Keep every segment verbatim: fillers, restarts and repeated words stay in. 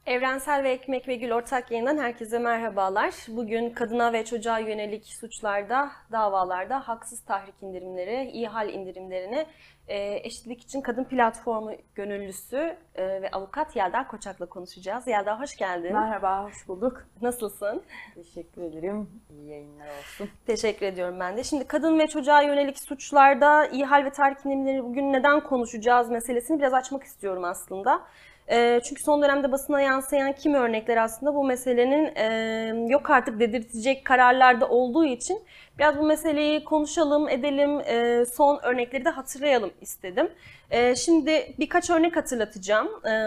Evrensel ve Ekmek ve Gül ortak yayından herkese merhabalar. Bugün kadına ve çocuğa yönelik suçlarda, davalarda haksız tahrik indirimleri, ihal indirimlerini eşitlik için kadın platformu gönüllüsü ve avukat Yelda Koçak'la konuşacağız. Yelda hoş geldin. Merhaba, hoş bulduk. Nasılsın? Teşekkür ederim. İyi yayınlar olsun. Teşekkür ediyorum ben de. Şimdi kadın ve çocuğa yönelik suçlarda ihal ve tahrik indirimleri bugün neden konuşacağız meselesini biraz açmak istiyorum aslında. Çünkü son dönemde basına yansıyan kimi örnekler aslında bu meselenin yok artık dedirtecek kararlarda olduğu için biraz bu meseleyi konuşalım, edelim, son örnekleri de hatırlayalım istedim. Şimdi birkaç örnek hatırlatacağım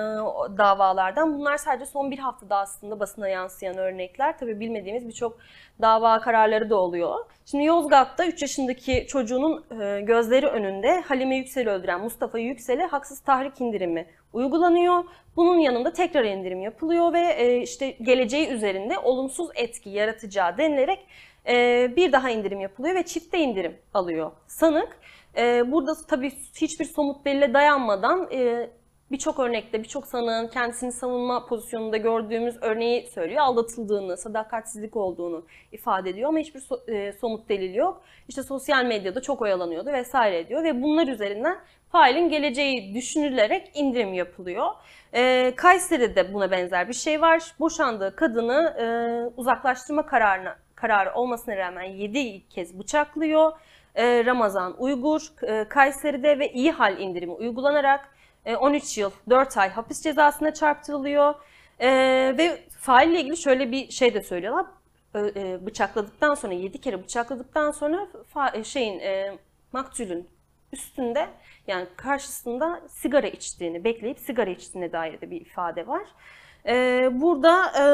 davalardan. Bunlar sadece son bir haftada aslında basına yansıyan örnekler. Tabii bilmediğimiz birçok dava kararları da oluyor. Şimdi Yozgat'ta üç yaşındaki çocuğunun gözleri önünde Halime Yüksel'i öldüren Mustafa Yüksel'e haksız tahrik indirimi uygulanıyor. Bunun yanında tekrar indirim yapılıyor ve işte geleceği üzerinde olumsuz etki yaratacağı denilerek bir daha indirim yapılıyor ve çifte indirim alıyor sanık. Burada tabii hiçbir somut delile dayanmadan birçok örnekte birçok sanığın kendisini savunma pozisyonunda gördüğümüz örneği söylüyor. Aldatıldığını, sadakatsizlik olduğunu ifade ediyor ama hiçbir somut delil yok. İşte sosyal medyada çok oyalanıyordu vesaire diyor ve bunlar üzerinden failin geleceği düşünülerek indirim yapılıyor. Ee, Kayseri'de buna benzer bir şey var. Boşandığı kadını e, uzaklaştırma kararına, kararı olmasına rağmen yedi kez bıçaklıyor. E, Ramazan Uygur e, Kayseri'de ve ihal indirimi uygulanarak e, on üç yıl dört ay hapis cezasına çarptırılıyor. E, ve faille ilgili şöyle bir şey de söylüyorlar. E, bıçakladıktan sonra yedi kere bıçakladıktan sonra fa, şeyin e, maktulün üstünde yani karşısında sigara içtiğini, bekleyip sigara içtiğine dair de bir ifade var. Ee, burada e,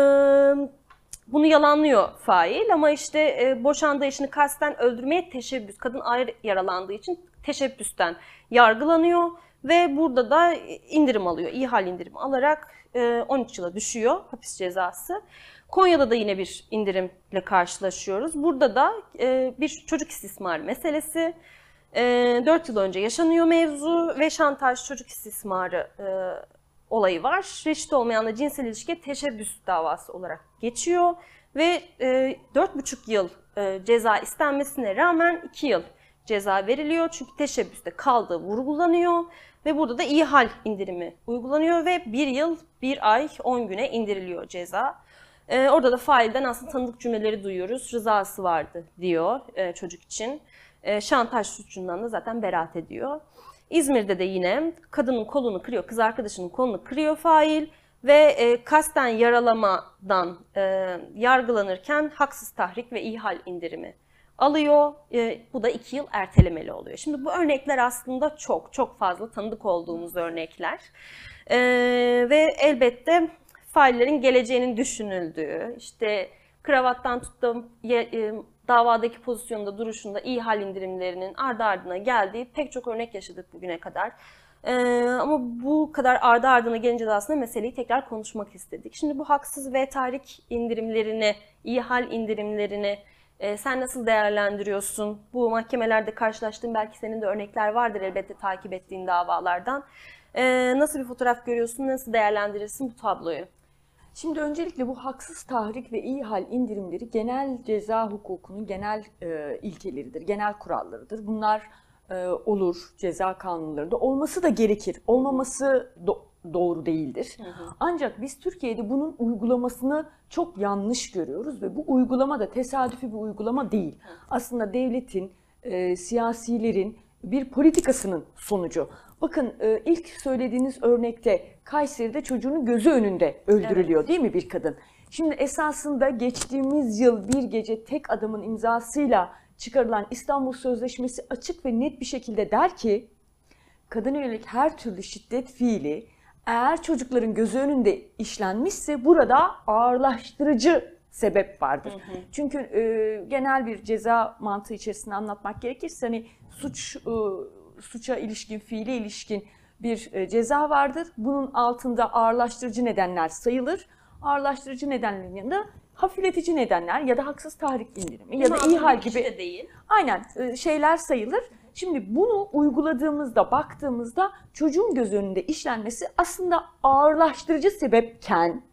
bunu yalanlıyor fail ama işte e, boşandığı eşini kasten öldürmeye teşebbüs, kadın ağır yaralandığı için teşebbüsten yargılanıyor ve burada da indirim alıyor, ihal indirimi alarak e, on üç yıla düşüyor hapis cezası. Konya'da da yine bir indirimle karşılaşıyoruz. Burada da e, bir çocuk istismarı meselesi. dört yıl önce yaşanıyor mevzu ve şantaj çocuk istismarı e, olayı var. Reşit olmayanla cinsel ilişkiye teşebbüs davası olarak geçiyor ve e, dört buçuk yıl e, ceza istenmesine rağmen iki yıl ceza veriliyor. Çünkü teşebbüste kaldığı vurgulanıyor ve burada da ihal indirimi uygulanıyor ve bir yıl bir ay on güne indiriliyor ceza. E, orada da failden aslında tanıdık cümleleri duyuyoruz. Rızası vardı diyor e, çocuk için. Şantaj suçundan da zaten beraat ediyor. İzmir'de de yine kadının kolunu kırıyor, kız arkadaşının kolunu kırıyor fail ve e, kasten yaralamadan e, yargılanırken haksız tahrik ve ihal indirimi alıyor. E, bu da iki yıl ertelemeli oluyor. Şimdi bu örnekler aslında çok çok fazla tanıdık olduğumuz örnekler e, ve elbette faillerin geleceğinin düşünüldüğü, işte kravattan tuttuğum e, davadaki pozisyonda, duruşunda ihal indirimlerinin ardı ardına geldiği pek çok örnek yaşadık bugüne kadar. Ee, ama bu kadar ardı ardına gelince de aslında meseleyi tekrar konuşmak istedik. Şimdi bu haksız ve tahrik indirimlerini, ihal indirimlerini e, sen nasıl değerlendiriyorsun? Bu mahkemelerde karşılaştığın belki senin de örnekler vardır elbette takip ettiğin davalardan. Ee, nasıl bir fotoğraf görüyorsun, nasıl değerlendirirsin bu tabloyu? Şimdi öncelikle bu haksız tahrik ve ihal indirimleri genel ceza hukukunun genel e, ilkeleridir, genel kurallarıdır. Bunlar e, olur ceza kanunlarında. Olması da gerekir, olmaması do doğru değildir. Hı hı. Ancak biz Türkiye'de bunun uygulamasını çok yanlış görüyoruz ve bu uygulama da tesadüfi bir uygulama değil. Hı. Aslında devletin, e, siyasilerin bir politikasının sonucu. Bakın ilk söylediğiniz örnekte Kayseri'de çocuğunun gözü önünde öldürülüyor, evet, değil mi bir kadın? Şimdi esasında geçtiğimiz yıl bir gece tek adamın imzasıyla çıkarılan İstanbul Sözleşmesi açık ve net bir şekilde der ki kadına yönelik her türlü şiddet fiili eğer çocukların gözü önünde işlenmişse burada ağırlaştırıcı sebep vardır. Hı hı. Çünkü e, genel bir ceza mantığı içerisinde anlatmak gerekirse hani suç e, suça ilişkin, fiile ilişkin bir e, ceza vardır. Bunun altında ağırlaştırıcı nedenler sayılır. Ağırlaştırıcı nedenlerin yanında hafifletici nedenler ya da haksız tahrik indirimi ya da ihal gibi de değil. Aynen e, şeyler sayılır. Şimdi bunu uyguladığımızda, baktığımızda çocuğun göz önünde işlenmesi aslında ağırlaştırıcı sebepken, hı hı,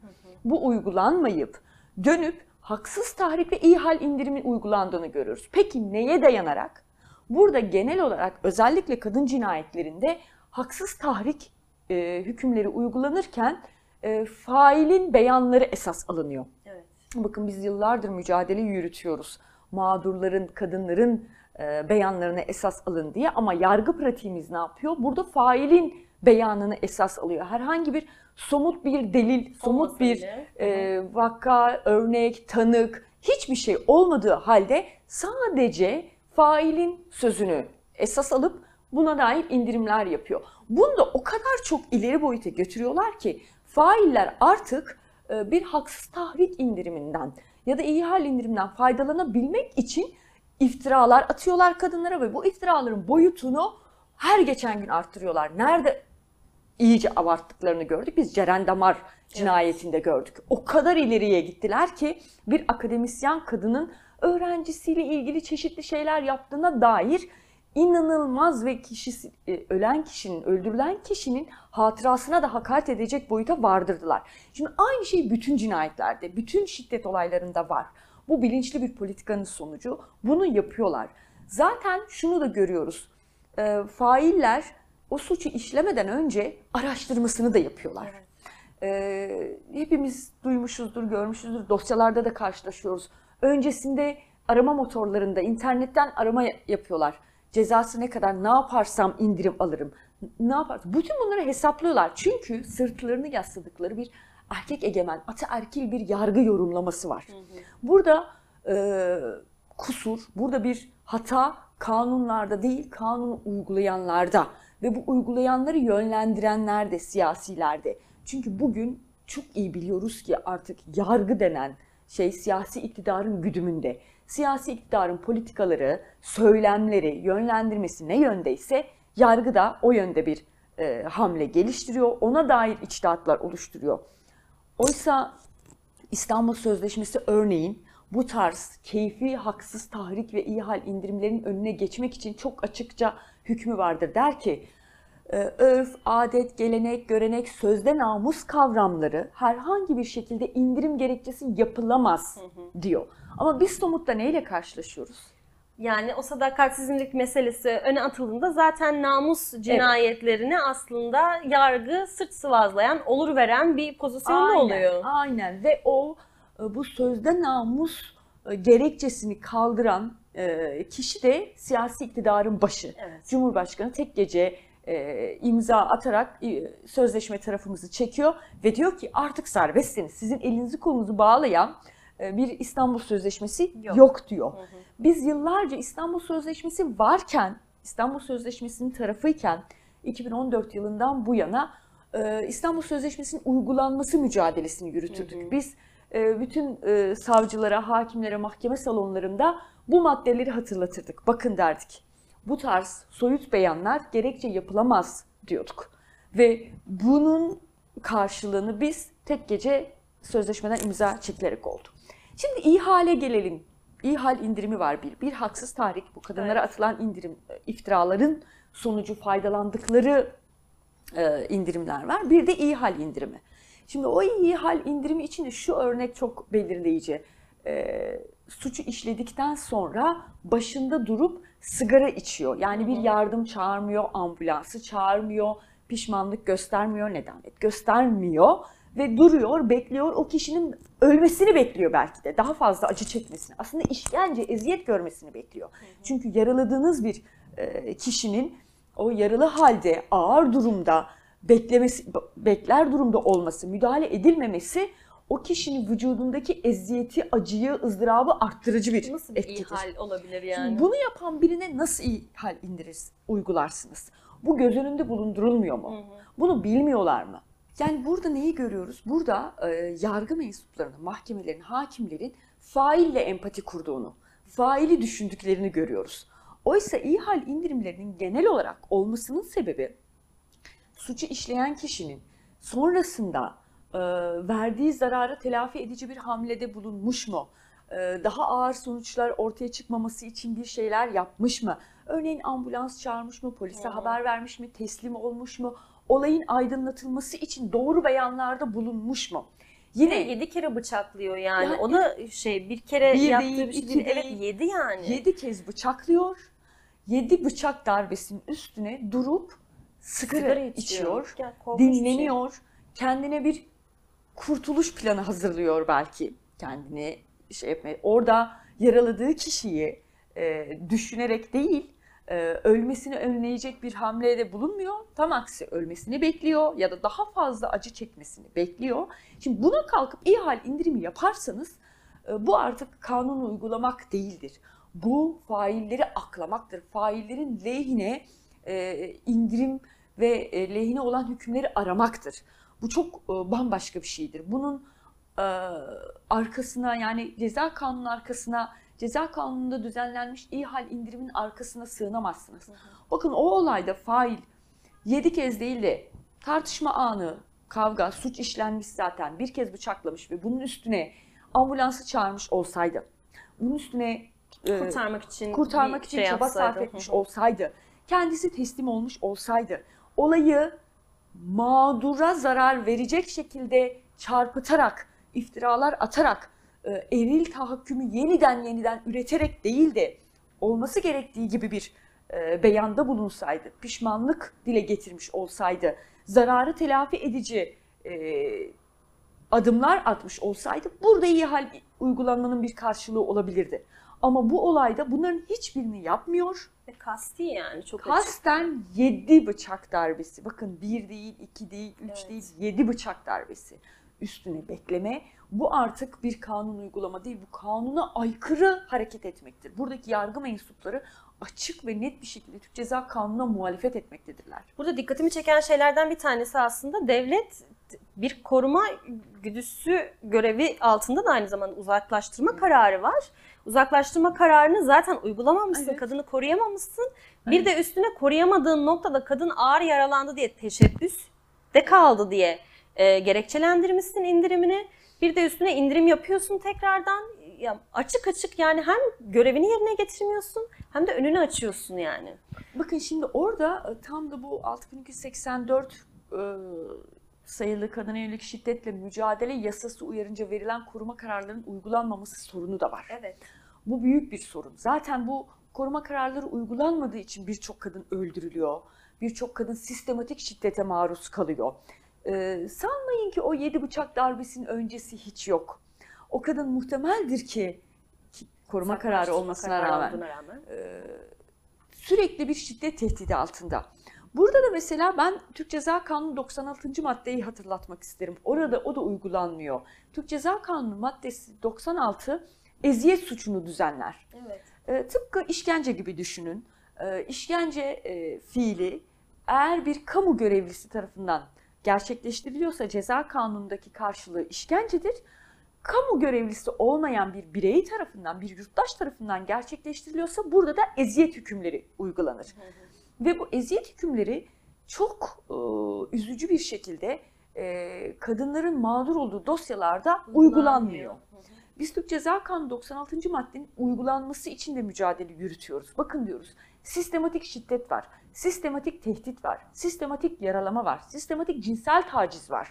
bu uygulanmayıp dönüp haksız tahrik ve iyi hal indirimi uygulandığını görüyoruz. Peki neye dayanarak? Burada genel olarak özellikle kadın cinayetlerinde haksız tahrik e, hükümleri uygulanırken e, failin beyanları esas alınıyor. Evet. Bakın biz yıllardır mücadele yürütüyoruz. Mağdurların, kadınların e, beyanlarına esas alın diye, ama yargı pratiğimiz ne yapıyor? Burada failin beyanını esas alıyor. Herhangi bir somut bir delil, somut Olmasa bir bile. e, vaka, örnek, tanık, hiçbir şey olmadığı halde sadece failin sözünü esas alıp buna dair indirimler yapıyor. Bunu da o kadar çok ileri boyuta götürüyorlar ki failler artık e, bir haksız tahrik indiriminden ya da iyi hal indiriminden faydalanabilmek için iftiralar atıyorlar kadınlara ve bu iftiraların boyutunu her geçen gün arttırıyorlar. Nerede iyice abarttıklarını gördük. Biz Ceren Damar cinayetinde gördük. O kadar ileriye gittiler ki bir akademisyen kadının öğrencisiyle ilgili çeşitli şeyler yaptığına dair inanılmaz ve kişisi, ölen kişinin, öldürülen kişinin hatırasına da hakaret edecek boyuta vardırdılar. Şimdi aynı şey bütün cinayetlerde, bütün şiddet olaylarında var. Bu bilinçli bir politikanın sonucu. Bunu yapıyorlar. Zaten şunu da görüyoruz. E, failler o suçu işlemeden önce araştırmasını da yapıyorlar. Evet. E, hepimiz duymuşuzdur, görmüşüzdür, dosyalarda da karşılaşıyoruz. Öncesinde arama motorlarında internetten arama yapıyorlar. Cezası ne kadar, ne yaparsam indirim alırım, ne yaparsam. Bütün bunları hesaplıyorlar. Çünkü sırtlarını yasladıkları bir erkek egemen, ataerkil bir yargı yorumlaması var. Hı hı. Burada e, kusur, burada bir hata kanunlarda değil, kanunu uygulayanlarda ve bu uygulayanları yönlendirenlerde, siyasilerde. Çünkü bugün çok iyi biliyoruz ki artık yargı denen şey siyasi iktidarın güdümünde. Siyasi iktidarın politikaları, söylemleri, yönlendirmesi ne yöndeyse yargı da o yönde bir e, hamle geliştiriyor. Ona dair içtihatlar oluşturuyor. Oysa İstanbul Sözleşmesi örneğin bu tarz keyfi, haksız tahrik ve iyi hal indirimlerin önüne geçmek için çok açıkça hükmü vardır. Der ki, örf, adet, gelenek, görenek, sözde namus kavramları herhangi bir şekilde indirim gerekçesi yapılamaz diyor. Ama biz somutta neyle karşılaşıyoruz? Yani o sadakatsizlik meselesi öne atıldığında zaten namus cinayetlerini evet. aslında yargı sırt sıvazlayan, olur veren bir pozisyonda aynen, oluyor. Aynen ve o bu sözde namus gerekçesini kaldıran kişi de siyasi iktidarın başı. Evet. Cumhurbaşkanı tek gece e, imza atarak e, sözleşme tarafımızı çekiyor ve diyor ki artık serbestsiniz. Sizin elinizi kolunuzu bağlayan e, bir İstanbul Sözleşmesi yok, yok diyor. Hı hı. Biz yıllarca İstanbul Sözleşmesi varken, İstanbul Sözleşmesi'nin tarafıyken iki bin on dört yılından bu yana e, İstanbul Sözleşmesi'nin uygulanması mücadelesini yürütürdük. Hı hı. Biz e, bütün e, savcılara, hakimlere, mahkeme salonlarında bu maddeleri hatırlatırdık. Bakın derdik. Bu tarz soyut beyanlar gerekçe yapılamaz diyorduk. Ve bunun karşılığını biz tek gece sözleşmeden imza çekilerek oldu. Şimdi iyi hale gelelim. İyi hal indirimi var bir. Bir haksız tahrik, bu kadınlara evet. atılan indirim, iftiraların sonucu faydalandıkları e, indirimler var. Bir de iyi hal indirimi. Şimdi o iyi hal indirimi için de şu örnek çok belirleyici. E, suçu işledikten sonra başında durup sigara içiyor. Yani bir yardım çağırmıyor, ambulansı çağırmıyor, pişmanlık göstermiyor, nedamet göstermiyor ve duruyor, bekliyor. O kişinin ölmesini bekliyor belki de, daha fazla acı çekmesini. Aslında işkence, eziyet görmesini bekliyor. Çünkü yaraladığınız bir kişinin o yaralı halde, ağır durumda beklemesi, bekler durumda olması, müdahale edilmemesi o kişinin vücudundaki eziyeti, acıyı, ızdırabı arttırıcı bir nasıl bir etkidir. iyi hal olabilir yani? Şimdi bunu yapan birine nasıl iyi hal indirir, uygularsınız? Bu göz önünde bulundurulmuyor mu? Hı hı. Bunu bilmiyorlar mı? Yani burada neyi görüyoruz? Burada e, yargı mensuplarının, mahkemelerin, hakimlerin faille empati kurduğunu, faili düşündüklerini görüyoruz. Oysa iyi hal indirimlerinin genel olarak olmasının sebebi suçu işleyen kişinin sonrasında e, verdiği zararı telafi edici bir hamlede bulunmuş mu? E, daha ağır sonuçlar ortaya çıkmaması için bir şeyler yapmış mı? Örneğin ambulans çağırmış mı? Polise hmm. haber vermiş mi? Teslim olmuş mu? Olayın aydınlatılması için doğru beyanlarda bulunmuş mu? Yine yedi kere bıçaklıyor yani. Yani O da şey bir kere bir yaptığı değil, bir şey iki değil. değil. Evet yedi yani. yedi kez bıçaklıyor. yedi bıçak darbesinin üstüne durup sigara, Sigara içiyor, içiyor. Ya, korkunç bir şey. dinleniyor, kendine bir kurtuluş planı hazırlıyor belki. Kendini şey yapmaya. Orada yaraladığı kişiyi e, düşünerek değil, e, ölmesini önleyecek bir hamlede bulunmuyor. Tam aksi ölmesini bekliyor ya da daha fazla acı çekmesini bekliyor. Şimdi buna kalkıp iyi hal indirimi yaparsanız e, bu artık kanunu uygulamak değildir. Bu failleri aklamaktır. Faillerin lehine e, indirim ve e, lehine olan hükümleri aramaktır. Bu çok e, bambaşka bir şeydir. Bunun e, arkasına yani ceza kanunun arkasına, ceza kanununda düzenlenmiş iyi hal indirimin arkasına sığınamazsınız. Hı hı. Bakın o olayda fail yedi kez değil de tartışma anı, kavga, suç işlenmiş zaten bir kez bıçaklamış ve bunun üstüne ambulansı çağırmış olsaydı, bunun üstüne e, kurtarmak için kurtarmak bir için şey çaba yapsaydı. sarf etmiş olsaydı, kendisi teslim olmuş olsaydı, olayı mağdura zarar verecek şekilde çarpıtarak, iftiralar atarak, e, eril tahakkümü yeniden yeniden üreterek değil de olması gerektiği gibi bir e, beyanda bulunsaydı, pişmanlık dile getirmiş olsaydı, zararı telafi edici e, adımlar atmış olsaydı burada iyi hal uygulanmanın bir karşılığı olabilirdi. Ama bu olayda bunların hiçbirini yapmıyor. Ve kasti yani çok Kasten yedi bıçak darbesi. Bakın bir değil, iki değil, üç Evet. değil, yedi bıçak darbesi. Üstüne bekleme. Bu artık bir kanun uygulama değil, bu kanuna aykırı hareket etmektir. Buradaki yargı mensupları açık ve net bir şekilde Türk Ceza Kanunu'na muhalefet etmektedirler. Burada dikkatimi çeken şeylerden bir tanesi aslında devlet bir koruma güdüsü görevi altında da aynı zamanda uzaklaştırma Hı. kararı var. Uzaklaştırma kararını zaten uygulamamışsın, evet. kadını koruyamamışsın. Bir evet. de üstüne koruyamadığın noktada kadın ağır yaralandı diye teşebbüs de kaldı diye e, gerekçelendirmişsin indirimini. Bir de üstüne indirim yapıyorsun tekrardan. Ya açık açık yani hem görevini yerine getirmiyorsun hem de önünü açıyorsun yani. Bakın şimdi orada tam da bu altı bin iki yüz seksen dört e, sayılı kadına yönelik şiddetle mücadele yasası uyarınca verilen koruma kararlarının uygulanmaması sorunu da var. Evet. Bu büyük bir sorun. Zaten bu koruma kararları uygulanmadığı için birçok kadın öldürülüyor. Birçok kadın sistematik şiddete maruz kalıyor. Ee, sanmayın ki o yedi bıçak darbesinin öncesi hiç yok. O kadın muhtemeldir ki, ki koruma kararı olmasına rağmen, rağmen. E, sürekli bir şiddet tehdidi altında. Burada da mesela ben Türk Ceza Kanunu doksan altıncı maddeyi hatırlatmak isterim. Orada o da uygulanmıyor. Türk Ceza Kanunu maddesi doksan altı eziyet suçunu düzenler. Evet. E, tıpkı işkence gibi düşünün. E, işkence e, fiili eğer bir kamu görevlisi tarafından gerçekleştiriliyorsa ceza kanunundaki karşılığı işkencedir. Kamu görevlisi olmayan bir birey tarafından, bir yurttaş tarafından gerçekleştiriliyorsa burada da eziyet hükümleri uygulanır. Hı hı. Ve bu eziyet hükümleri çok e, üzücü bir şekilde e, kadınların mağdur olduğu dosyalarda uygulanmıyor. Hı hı. Biz Türk Ceza Kanunu doksan altıncı maddenin uygulanması için de mücadele yürütüyoruz. Bakın diyoruz, sistematik şiddet var, sistematik tehdit var, sistematik yaralama var, sistematik cinsel taciz var.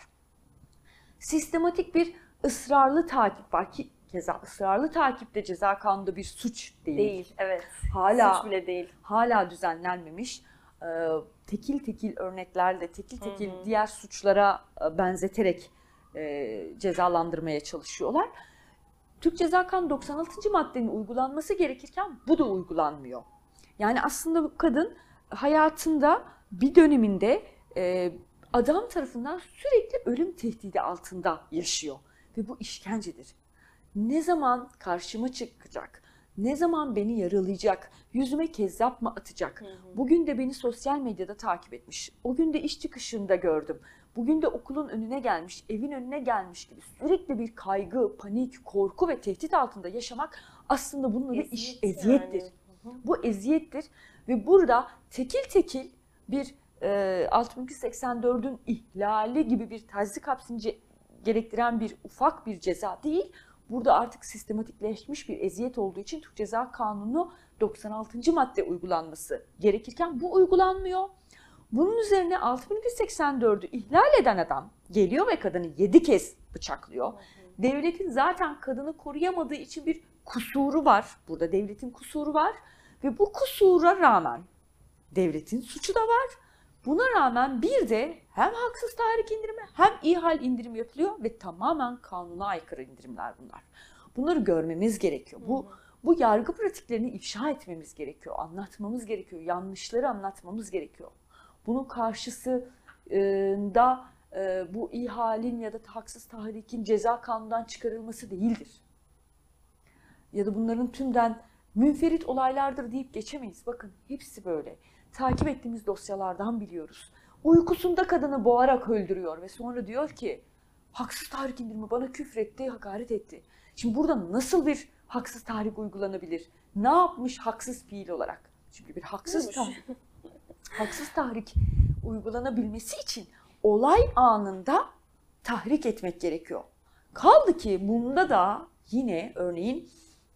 Sistematik bir ısrarlı takip var ki keza ısrarlı takip de ceza kanununda bir suç değil. Değil, evet. Hala, suç bile değil. Hala düzenlenmemiş. Ee, tekil tekil örneklerle, tekil tekil hı hı. diğer suçlara benzeterek e, cezalandırmaya çalışıyorlar. Türk Ceza Kanunu doksan altıncı maddenin uygulanması gerekirken bu da uygulanmıyor. Yani aslında bu kadın hayatında bir döneminde e, adam tarafından sürekli ölüm tehdidi altında yaşıyor. Ve bu işkencedir. Ne zaman karşıma çıkacak, ne zaman beni yaralayacak, yüzüme kezzap mı atacak? Hı hı. Bugün de beni sosyal medyada takip etmiş, o gün de iş çıkışında gördüm. Bugün de okulun önüne gelmiş, evin önüne gelmiş gibi sürekli bir kaygı, panik, korku ve tehdit altında yaşamak aslında bunun adı iş eziyettir. Yani. Hı hı. Bu eziyettir ve burada tekil tekil bir e, altı bin iki yüz seksen dördün ihlali gibi bir tazik hapsini gerektiren bir ufak bir ceza değil. Burada artık sistematikleşmiş bir eziyet olduğu için Türk Ceza Kanunu doksan altıncı madde uygulanması gerekirken bu uygulanmıyor. Bunun üzerine altı bin bir yüz seksen dördü ihlal eden adam geliyor ve kadını yedi kez bıçaklıyor. Hı hı. Devletin zaten kadını koruyamadığı için bir kusuru var. Burada devletin kusuru var ve bu kusura rağmen devletin suçu da var. Buna rağmen bir de hem haksız tahrik indirimi hem ihal indirimi yapılıyor ve tamamen kanuna aykırı indirimler bunlar. Bunları görmemiz gerekiyor. Bu bu yargı pratiklerini ifşa etmemiz gerekiyor, anlatmamız gerekiyor, yanlışları anlatmamız gerekiyor. Bunun karşısında e, bu ihalin ya da haksız tahrikin ceza kanundan çıkarılması değildir. Ya da bunların tümden münferit olaylardır deyip geçemeyiz. Bakın hepsi böyle. Takip ettiğimiz dosyalardan biliyoruz. Uykusunda kadını boğarak öldürüyor ve sonra diyor ki haksız tahrik indirimi bana küfretti, hakaret etti. Şimdi burada nasıl bir haksız tahrik uygulanabilir? Ne yapmış haksız fiil olarak? Çünkü bir haksız tahrik, haksız tahrik uygulanabilmesi için olay anında tahrik etmek gerekiyor. Kaldı ki bunda da yine örneğin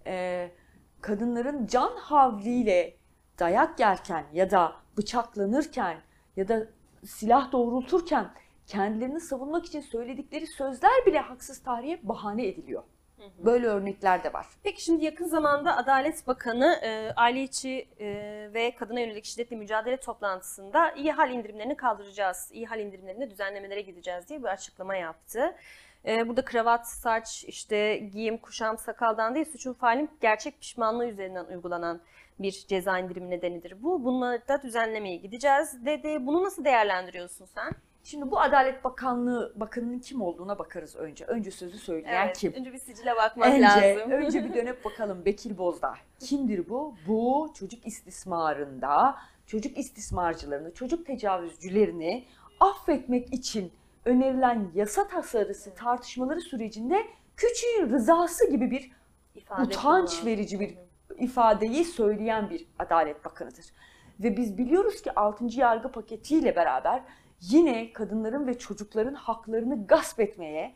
e, kadınların can havliyle dayak yerken ya da bıçaklanırken ya da silah doğrulturken kendilerini savunmak için söyledikleri sözler bile haksız tahriye bahane ediliyor. Böyle örnekler de var. Peki şimdi yakın zamanda Adalet Bakanı e, aile içi e, ve kadına yönelik şiddetle mücadele toplantısında ihal indirimlerini kaldıracağız, ihal indirimlerine düzenlemelere gideceğiz diye bir açıklama yaptı. E, burada kravat, saç, işte giyim, kuşam, sakaldan değil suçun failin gerçek pişmanlığı üzerinden uygulanan bir ceza indirimi nedenidir bu. Bunları da düzenlemeye gideceğiz dedi. Bunu nasıl değerlendiriyorsun sen? Şimdi bu Adalet Bakanlığı Bakanı'nın kim olduğuna bakarız önce. Önce sözü söyleyen evet, kim? Önce bir sicile bakmak önce, lazım. Önce bir dönüp bakalım Bekir Bozdağ. Kimdir bu? Bu çocuk istismarında, çocuk istismarcılarını, çocuk tecavüzcülerini affetmek için önerilen yasa tasarısı tartışmaları sürecinde küçüğün rızası gibi bir İfade utanç kullanıyor. verici bir ifadeyi söyleyen bir Adalet Bakanı'dır. Ve biz biliyoruz ki altıncı yargı paketiyle beraber yine kadınların ve çocukların haklarını gasp etmeye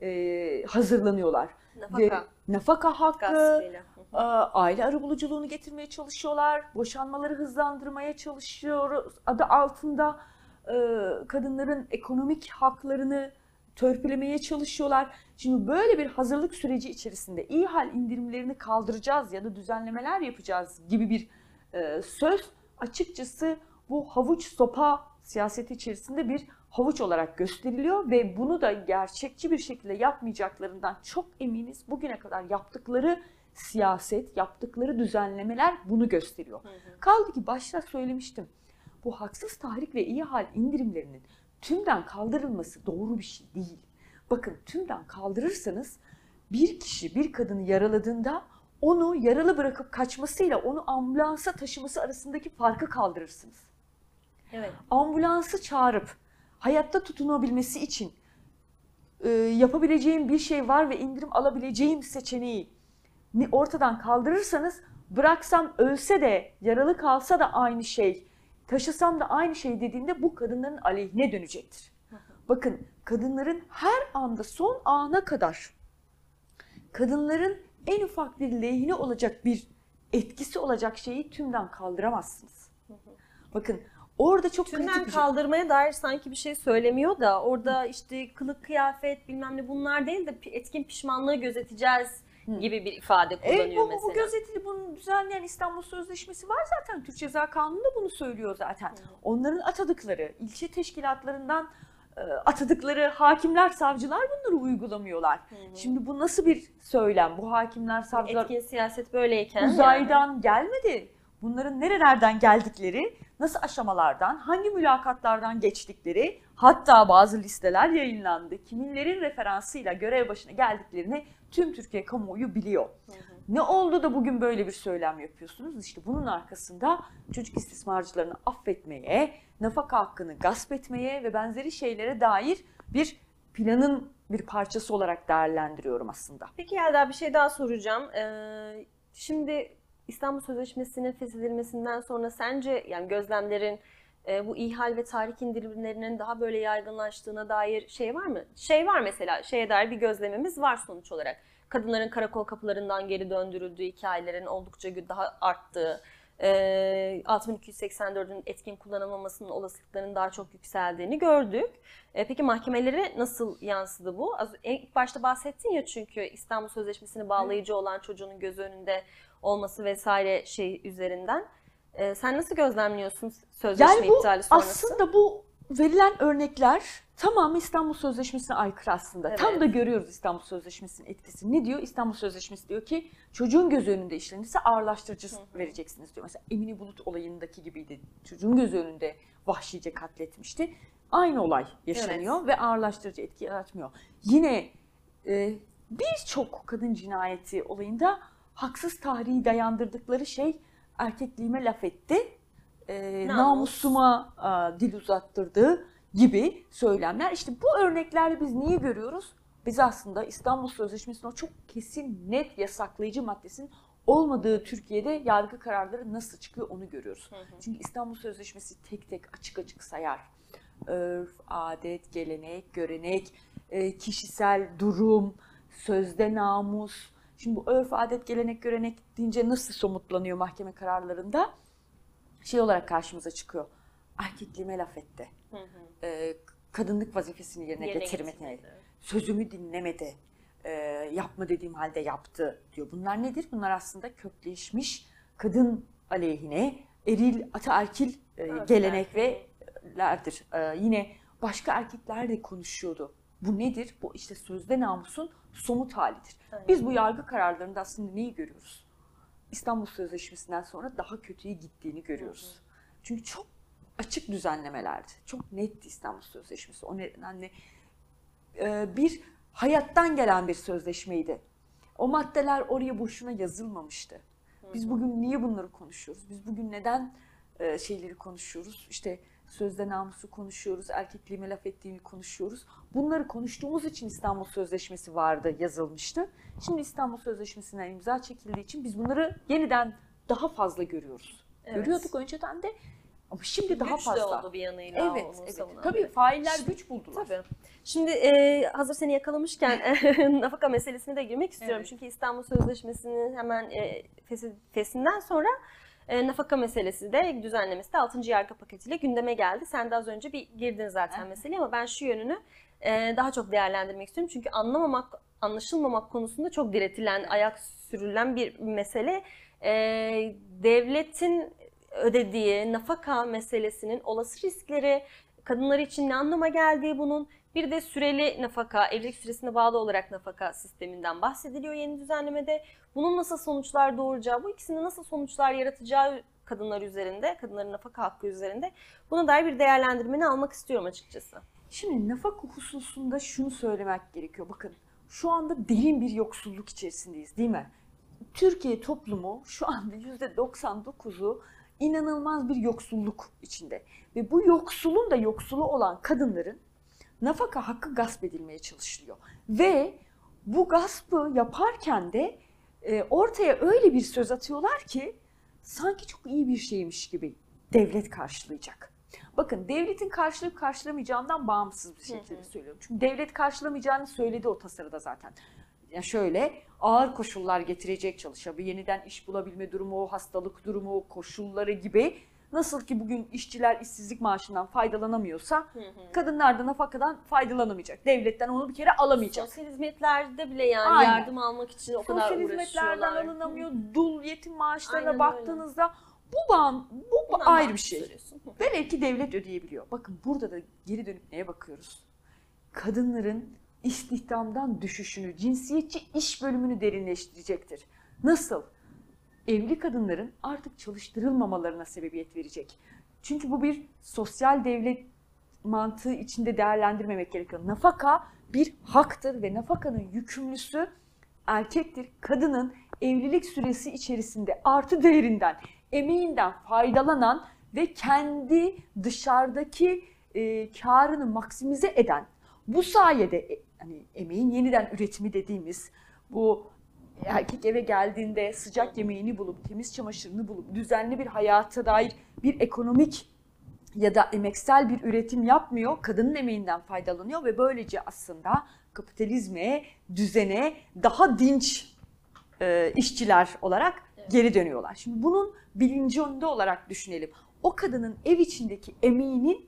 e, hazırlanıyorlar. Nafaka. Ve nafaka hakkı, e, aile arabuluculuğunu getirmeye çalışıyorlar, boşanmaları hızlandırmaya çalışıyoruz adı altında e, kadınların ekonomik haklarını törpülemeye çalışıyorlar. Şimdi böyle bir hazırlık süreci içerisinde ihal indirimlerini kaldıracağız ya da düzenlemeler yapacağız gibi bir e, söz açıkçası bu havuç sopa siyaseti içerisinde bir havuç olarak gösteriliyor ve bunu da gerçekçi bir şekilde yapmayacaklarından çok eminiz. Bugüne kadar yaptıkları siyaset, yaptıkları düzenlemeler bunu gösteriyor. Hı hı. Kaldı ki başta söylemiştim. Bu haksız tahrik ve ihal indirimlerinin tümden kaldırılması doğru bir şey değil. Bakın tümden kaldırırsanız bir kişi bir kadını yaraladığında onu yaralı bırakıp kaçmasıyla onu ambulansa taşıması arasındaki farkı kaldırırsınız. Evet. Ambulansı çağırıp hayatta tutunabilmesi için e, yapabileceğim bir şey var ve indirim alabileceğim seçeneği ortadan kaldırırsanız bıraksam ölse de yaralı kalsa da aynı şey, taşısam da aynı şey dediğinde bu kadınların aleyhine dönecektir. Bakın kadınların her anda son ana kadar kadınların en ufak bir lehine olacak bir etkisi olacak şeyi tümden kaldıramazsınız. Bakın orada çok tümden kritik bir şey. kaldırmaya dair sanki bir şey söylemiyor da orada işte kılık kıyafet bilmem ne bunlar değil de etkin pişmanlığı gözeteceğiz gibi bir ifade kullanıyor evet, bu, mesela. Bu gözetili bunu düzenleyen İstanbul Sözleşmesi var zaten. Türk Ceza Kanunu da bunu söylüyor zaten. Hı. Onların atadıkları, ilçe teşkilatlarından atadıkları hakimler, savcılar bunları uygulamıyorlar. Hı hı. Şimdi bu nasıl bir söylem? Bu hakimler, savcılar etkin siyaset böyleyken uzaydan yani. gelmedi. Bunların nerelerden geldikleri, nasıl aşamalardan, hangi mülakatlardan geçtikleri, hatta bazı listeler yayınlandı. Kiminlerin referansıyla görev başına geldiklerini tüm Türkiye kamuoyu biliyor. Hı hı. Ne oldu da bugün böyle bir söylem yapıyorsunuz? İşte bunun arkasında çocuk istismarcılarını affetmeye, nafaka hakkını gasp etmeye ve benzeri şeylere dair bir planın bir parçası olarak değerlendiriyorum aslında. Peki Yelda bir şey daha soracağım. Ee, şimdi İstanbul Sözleşmesi'nin feshedilmesinden sonra sence yani gözlemlerin e, bu ihal ve tahrik indirimlerinin daha böyle yaygınlaştığına dair şey var mı? Şey var mesela, şeye dair bir gözlemimiz var sonuç olarak. Kadınların karakol kapılarından geri döndürüldüğü hikayelerin oldukça daha arttığı, e, altı bin iki yüz seksen dördün etkin kullanılmamasının olasılıklarının daha çok yükseldiğini gördük. E, peki mahkemelere nasıl yansıdı bu? Az, ilk başta bahsettin ya, çünkü İstanbul Sözleşmesi'ni bağlayıcı olan çocuğunun göz önünde olması vesaire şey üzerinden. E, sen nasıl gözlemliyorsun sözleşme Yani bu iptali sonrası? aslında bu verilen örnekler tamamı İstanbul Sözleşmesi'ne aykırı aslında. Evet. Tam da görüyoruz İstanbul Sözleşmesi'nin etkisini. Ne diyor? İstanbul Sözleşmesi diyor ki çocuğun göz önünde işlenirse ağırlaştırıcı hı hı. vereceksiniz diyor. Mesela Emine Bulut olayındaki gibiydi. Çocuğun göz önünde vahşice katletmişti. Aynı olay yaşanıyor evet. ve ağırlaştırıcı etki yaratmıyor. Yine e, birçok kadın cinayeti olayında haksız tahriği dayandırdıkları şey erkekliğime laf etti, e, Namus. namusuma e, dil uzattırdı gibi söylemler. İşte bu örneklerle biz neyi görüyoruz? Biz aslında İstanbul Sözleşmesi'nin o çok kesin, net yasaklayıcı maddesinin olmadığı Türkiye'de yargı kararları nasıl çıkıyor onu görüyoruz. Hı hı. Çünkü İstanbul Sözleşmesi tek tek açık açık sayar. Örf, adet, gelenek, görenek, e, kişisel durum, sözde namus. Şimdi bu örf, adet, gelenek, görenek deyince nasıl somutlanıyor mahkeme kararlarında? Şey olarak karşımıza çıkıyor. Erkekliğime laf etti. Hı hı. E, kadınlık vazifesini yerine, yerine getirmedi. getirmedi. Sözümü dinlemedi. E, yapma dediğim halde yaptı diyor. Bunlar nedir? Bunlar aslında kökleşmiş kadın aleyhine eril, ataerkil e, gelenek ve lerdir. Ee, yine başka erkekler de konuşuyordu. Bu nedir? Bu işte sözde namusun somut halidir. Evet. Biz bu yargı kararlarında aslında neyi görüyoruz? İstanbul Sözleşmesi'nden sonra daha kötüye gittiğini görüyoruz. Hı hı. Çünkü çok açık düzenlemelerdi. Çok netti İstanbul Sözleşmesi. O nedenle e, bir hayattan gelen bir sözleşmeydi. O maddeler oraya boşuna yazılmamıştı. Biz bugün niye bunları konuşuyoruz? Biz bugün neden e, şeyleri konuşuyoruz? İşte sözde namusu konuşuyoruz, erkekliğime laf ettiğini konuşuyoruz. Bunları konuştuğumuz için İstanbul Sözleşmesi vardı, yazılmıştı. Şimdi İstanbul Sözleşmesi'ne imza çekildiği için biz bunları yeniden daha fazla görüyoruz. Evet. Görüyorduk önceden de ama şimdi güç daha fazla. Güç de oldu bir yanıyla. Evet, evet. Tabii failler güç buldular. Tabii. Şimdi e, hazır seni yakalamışken nafaka meselesine de girmek istiyorum. Evet. Çünkü İstanbul Sözleşmesi'nin hemen e, fesinden sonra E, nafaka meselesi de düzenlemesi de altıncı yargı paketiyle gündeme geldi. Sen de az önce bir girdin zaten evet. meseleye ama ben şu yönünü e, daha çok değerlendirmek istiyorum. Çünkü anlamamak, anlaşılmamak konusunda çok diretilen, ayak sürülen bir mesele. E, devletin ödediği nafaka meselesinin olası riskleri, kadınlar için ne anlama geldiği bunun, bir de süreli nafaka, evlilik süresine bağlı olarak nafaka sisteminden bahsediliyor yeni düzenlemede. Bunun nasıl sonuçlar doğuracağı, bu ikisinin nasıl sonuçlar yaratacağı kadınlar üzerinde, kadınların nafaka hakkı üzerinde buna dair bir değerlendirmeni almak istiyorum açıkçası. Şimdi nafaka hususunda şunu söylemek gerekiyor. Bakın şu anda derin bir yoksulluk içerisindeyiz değil mi? Türkiye toplumu şu anda yüzde doksan dokuzu inanılmaz bir yoksulluk içinde. Ve bu yoksulun da yoksulu olan kadınların nafaka hakkı gasp edilmeye çalışılıyor. Ve bu gaspı yaparken de e, ortaya öyle bir söz atıyorlar ki sanki çok iyi bir şeymiş gibi devlet karşılayacak. Bakın devletin karşılayıp karşılamayacağından bağımsız bir şekilde söylüyorum. Çünkü devlet karşılamayacağını söyledi o tasarıda zaten. Yani şöyle ağır koşullar getirecek çalışa, bir yeniden iş bulabilme durumu, hastalık durumu, koşulları gibi. Nasıl ki bugün işçiler işsizlik maaşından faydalanamıyorsa hı hı. kadınlar da nafakadan faydalanamayacak. Devletten onu bir kere alamayacak. Sosyal hizmetlerde bile yani Aynen. yardım almak için o Sosyal kadar uğraşıyorlar. Sosyal hizmetlerden alınamıyor. Hı. Dul, yetim maaşlarına Aynen baktığınızda öyle. bu bağım, bu Bundan ayrı bir şey. Velev ki devlet ödeyebiliyor. Bakın burada da geri dönüp neye bakıyoruz? Kadınların istihdamdan düşüşünü, cinsiyetçi iş bölümünü derinleştirecektir. Nasıl? Evli kadınların artık çalıştırılmamalarına sebebiyet verecek. Çünkü bu bir sosyal devlet mantığı içinde değerlendirmemek gerekiyor. Nafaka bir haktır ve nafakanın yükümlüsü erkektir. Kadının evlilik süresi içerisinde artı değerinden, emeğinden faydalanan ve kendi dışarıdaki e, karını maksimize eden, bu sayede e, hani emeğin yeniden üretimi dediğimiz bu erkek eve geldiğinde sıcak yemeğini bulup, temiz çamaşırını bulup, düzenli bir hayata dair bir ekonomik ya da emeksel bir üretim yapmıyor. Kadının emeğinden faydalanıyor ve böylece aslında kapitalizme, düzene daha dinç e, işçiler olarak geri dönüyorlar. Şimdi bunun bilincinde olarak düşünelim. O kadının ev içindeki emeğinin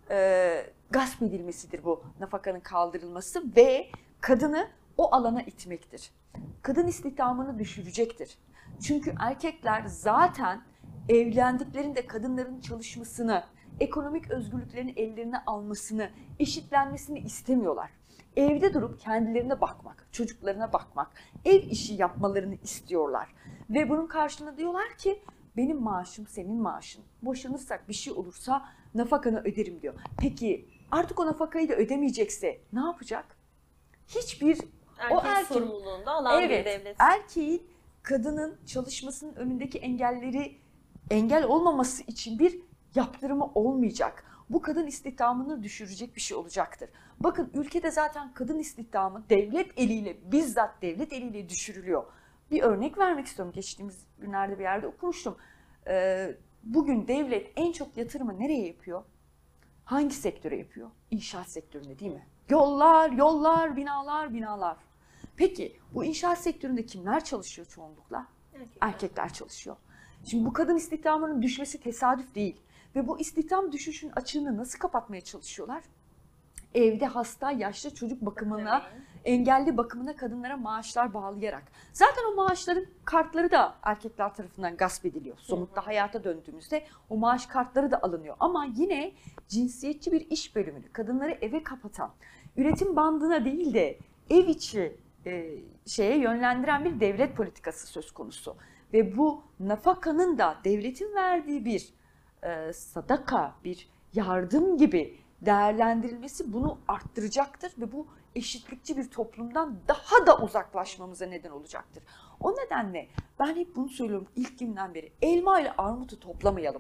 e, gasp edilmesidir bu nafakanın kaldırılması ve kadını o alana itmektir. Kadın istihdamını düşürecektir. Çünkü erkekler zaten evlendiklerinde kadınların çalışmasını, ekonomik özgürlüklerini ellerine almasını, eşitlenmesini istemiyorlar. Evde durup kendilerine bakmak, çocuklarına bakmak, ev işi yapmalarını istiyorlar. Ve bunun karşılığında diyorlar ki benim maaşım senin maaşın. Boşanırsak bir şey olursa nafakanı öderim diyor. Peki artık o nafakayı da ödemeyecekse ne yapacak? Hiçbir Erkeğin o erkeğin, sorumluluğunda alan evet, bir devlet. erkeğin kadının çalışmasının önündeki engelleri engel olmaması için bir yaptırımı olmayacak. Bu kadın istihdamını düşürecek bir şey olacaktır. Bakın ülkede zaten kadın istihdamı devlet eliyle, bizzat devlet eliyle düşürülüyor. Bir örnek vermek istiyorum. Geçtiğimiz günlerde bir yerde okumuştum. Ee, bugün devlet en çok yatırımı nereye yapıyor? Hangi sektöre yapıyor? İnşaat sektörüne, değil mi? Yollar, yollar, binalar, binalar. Peki bu inşaat sektöründe kimler çalışıyor çoğunlukla? Erkekler. Erkekler çalışıyor. Şimdi bu kadın istihdamının düşmesi tesadüf değil. Ve bu istihdam düşüşünün açığını nasıl kapatmaya çalışıyorlar? Evde hasta, yaşlı çocuk bakımına, engelli bakımına kadınlara maaşlar bağlayarak. Zaten o maaşların kartları da erkekler tarafından gasp ediliyor. Somutta hayata döndüğümüzde o maaş kartları da alınıyor. Ama yine cinsiyetçi bir iş bölümünü, kadınları eve kapatan, üretim bandına değil de ev içi e, şeye yönlendiren bir devlet politikası söz konusu. Ve bu nafakanın da devletin verdiği bir e, sadaka, bir yardım gibi değerlendirilmesi bunu arttıracaktır ve bu eşitlikçi bir toplumdan daha da uzaklaşmamıza neden olacaktır. O nedenle ben hep bunu söylüyorum ilk günden beri. Elma ile armutu toplamayalım.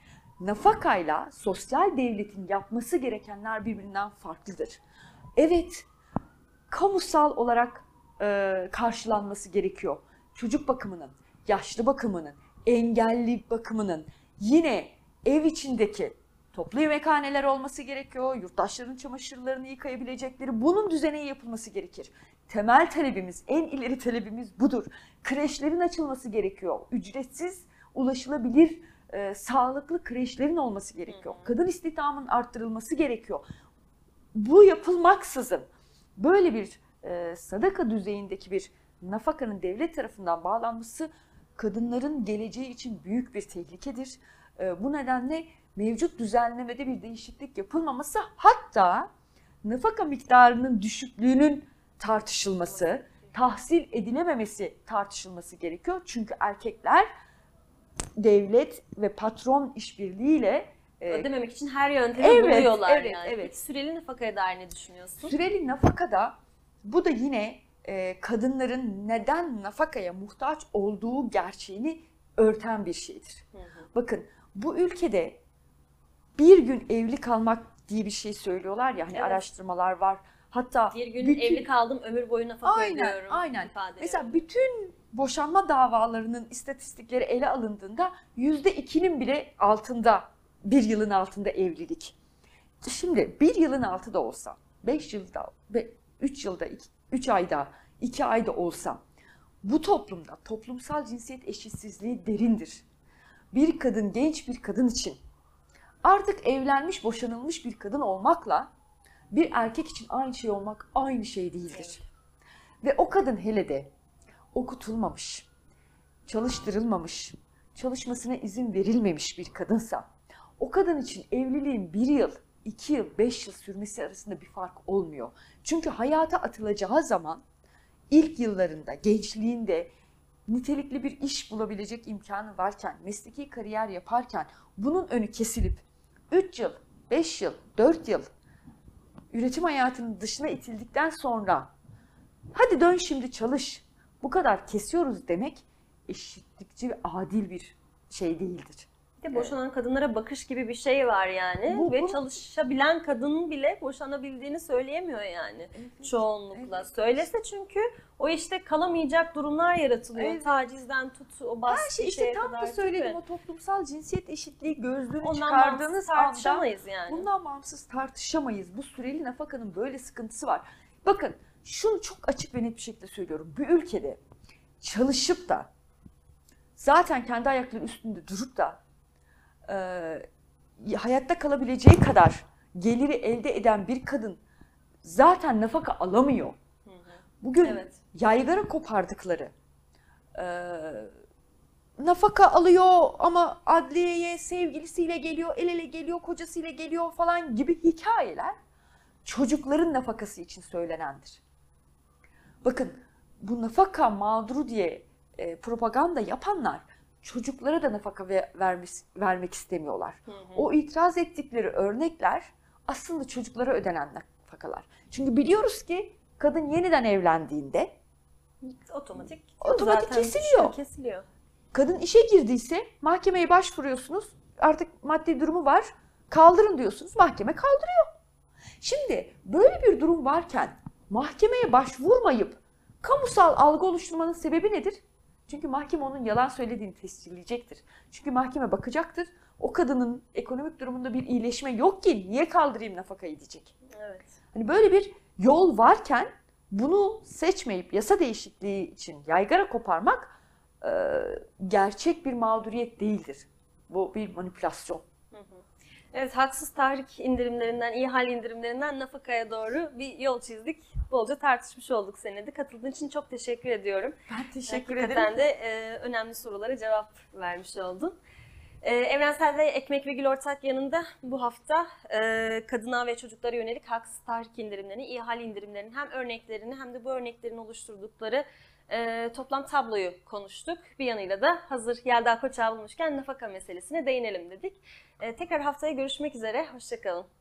Nafakayla sosyal devletin yapması gerekenler birbirinden farklıdır. Evet, kamusal olarak e, karşılanması gerekiyor. Çocuk bakımının, yaşlı bakımının, engelli bakımının, yine ev içindeki toplu yemekhaneler olması gerekiyor. Yurttaşların çamaşırlarını yıkayabilecekleri, bunun düzeni yapılması gerekir. Temel talebimiz, en ileri talebimiz budur. Kreşlerin açılması gerekiyor. Ücretsiz, ulaşılabilir, e, sağlıklı kreşlerin olması gerekiyor. Kadın istihdamının arttırılması gerekiyor. Bu yapılmaksızın böyle bir e, sadaka düzeyindeki bir nafakanın devlet tarafından bağlanması kadınların geleceği için büyük bir tehlikedir. E, bu nedenle mevcut düzenlemede bir değişiklik yapılmaması, hatta nafaka miktarının düşüklüğünün tartışılması, tahsil edilememesi tartışılması gerekiyor. Çünkü erkekler devlet ve patron işbirliğiyle ödememek için her yöntemi evet, buluyorlar evet, yani. Evet. Peki süreli nafakaya dair ne düşünüyorsun? Süreli nafakada bu da yine e, kadınların neden nafakaya muhtaç olduğu gerçeğini örten bir şeydir. Hı hı. Bakın bu ülkede bir gün evli kalmak diye bir şey söylüyorlar ya, hani evet, araştırmalar var. Hatta bir gün bütün, evli kaldım ömür boyu nafaka aynen, ödüyorum. Aynen. Mesela bütün boşanma davalarının istatistikleri ele alındığında yüzde ikinin bile altında, bir yılın altında evlilik. Şimdi bir yılın altı da olsa, beş yılda, üç yılda, üç ayda, iki ayda olsa bu toplumda toplumsal cinsiyet eşitsizliği derindir. Bir kadın, genç bir kadın için artık evlenmiş, boşanılmış bir kadın olmakla bir erkek için aynı şey olmak aynı şey değildir. Ve o kadın hele de okutulmamış, çalıştırılmamış, çalışmasına izin verilmemiş bir kadınsa, o kadın için evliliğin bir yıl, iki yıl, beş yıl sürmesi arasında bir fark olmuyor. Çünkü hayata atılacağı zaman ilk yıllarında, gençliğinde nitelikli bir iş bulabilecek imkanı varken, mesleki kariyer yaparken bunun önü kesilip üç yıl, beş yıl, dört yıl üretim hayatının dışına itildikten sonra hadi dön şimdi çalış, bu kadar kesiyoruz demek eşitlikçi ve adil bir şey değildir. Bir de boşanan evet, kadınlara bakış gibi bir şey var yani bu, ve bu, çalışabilen kadının bile boşanabildiğini söyleyemiyor yani evet, çoğunlukla. Evet. Söylese çünkü o işte kalamayacak durumlar yaratılıyor. Evet. Tacizden tut, o baskı Her şey işte şeye tam kadar. da söyledim, o toplumsal cinsiyet eşitliği gözlüğünü ondan çıkardığınız tartışamayız anda yani. Bundan bağımsız tartışamayız. Bu süreli nafakanın böyle sıkıntısı var. Bakın şunu çok açık ve net bir şekilde söylüyorum. Bu ülkede çalışıp da zaten kendi ayakları üstünde durup da e, hayatta kalabileceği kadar geliri elde eden bir kadın zaten nafaka alamıyor. Bugün Evet. yaygara kopardıkları, e, nafaka alıyor ama adliyeye sevgilisiyle geliyor, el ele geliyor, kocasıyla geliyor falan gibi hikayeler çocukların nafakası için söylenendir. Bakın bu nafaka mağduru diye e, propaganda yapanlar çocuklara da nafaka ve, vermiş, vermek istemiyorlar. Hı hı. O itiraz ettikleri örnekler aslında çocuklara ödenen nafakalar. Çünkü biliyoruz ki kadın yeniden evlendiğinde otomatik otomatik zaten kesiliyor. kesiliyor. Kadın işe girdiyse mahkemeye başvuruyorsunuz. Artık maddi durumu var. Kaldırın diyorsunuz. Mahkeme kaldırıyor. Şimdi böyle bir durum varken mahkemeye başvurmayıp kamusal algı oluşturmanın sebebi nedir? Çünkü mahkeme onun yalan söylediğini tescilleyecektir. Çünkü mahkeme bakacaktır. O kadının ekonomik durumunda bir iyileşme yok ki niye kaldırayım nafakayı diyecek. Evet. Hani böyle bir yol varken bunu seçmeyip yasa değişikliği için yaygara koparmak e, gerçek bir mağduriyet değildir. Bu bir manipülasyon. Hı hı. Evet, haksız tahrik indirimlerinden, iyi hal indirimlerinden nafakaya doğru bir yol çizdik. Bolca tartışmış olduk seninle de. Katıldığın için çok teşekkür ediyorum. Ben teşekkür Hakikaten ederim. de e, önemli sorulara cevap vermiş oldun. E, Evrensel ve Ekmek ve Gül Ortak yanında bu hafta e, kadına ve çocuklara yönelik haksız tahrik indirimlerini, iyi hal indirimlerinin hem örneklerini hem de bu örneklerin oluşturdukları e, toplam tabloyu konuştuk. Bir yanıyla da hazır Yelda Koçağı bulmuşken nafaka meselesine değinelim dedik. E, tekrar haftaya görüşmek üzere, hoşça kalın.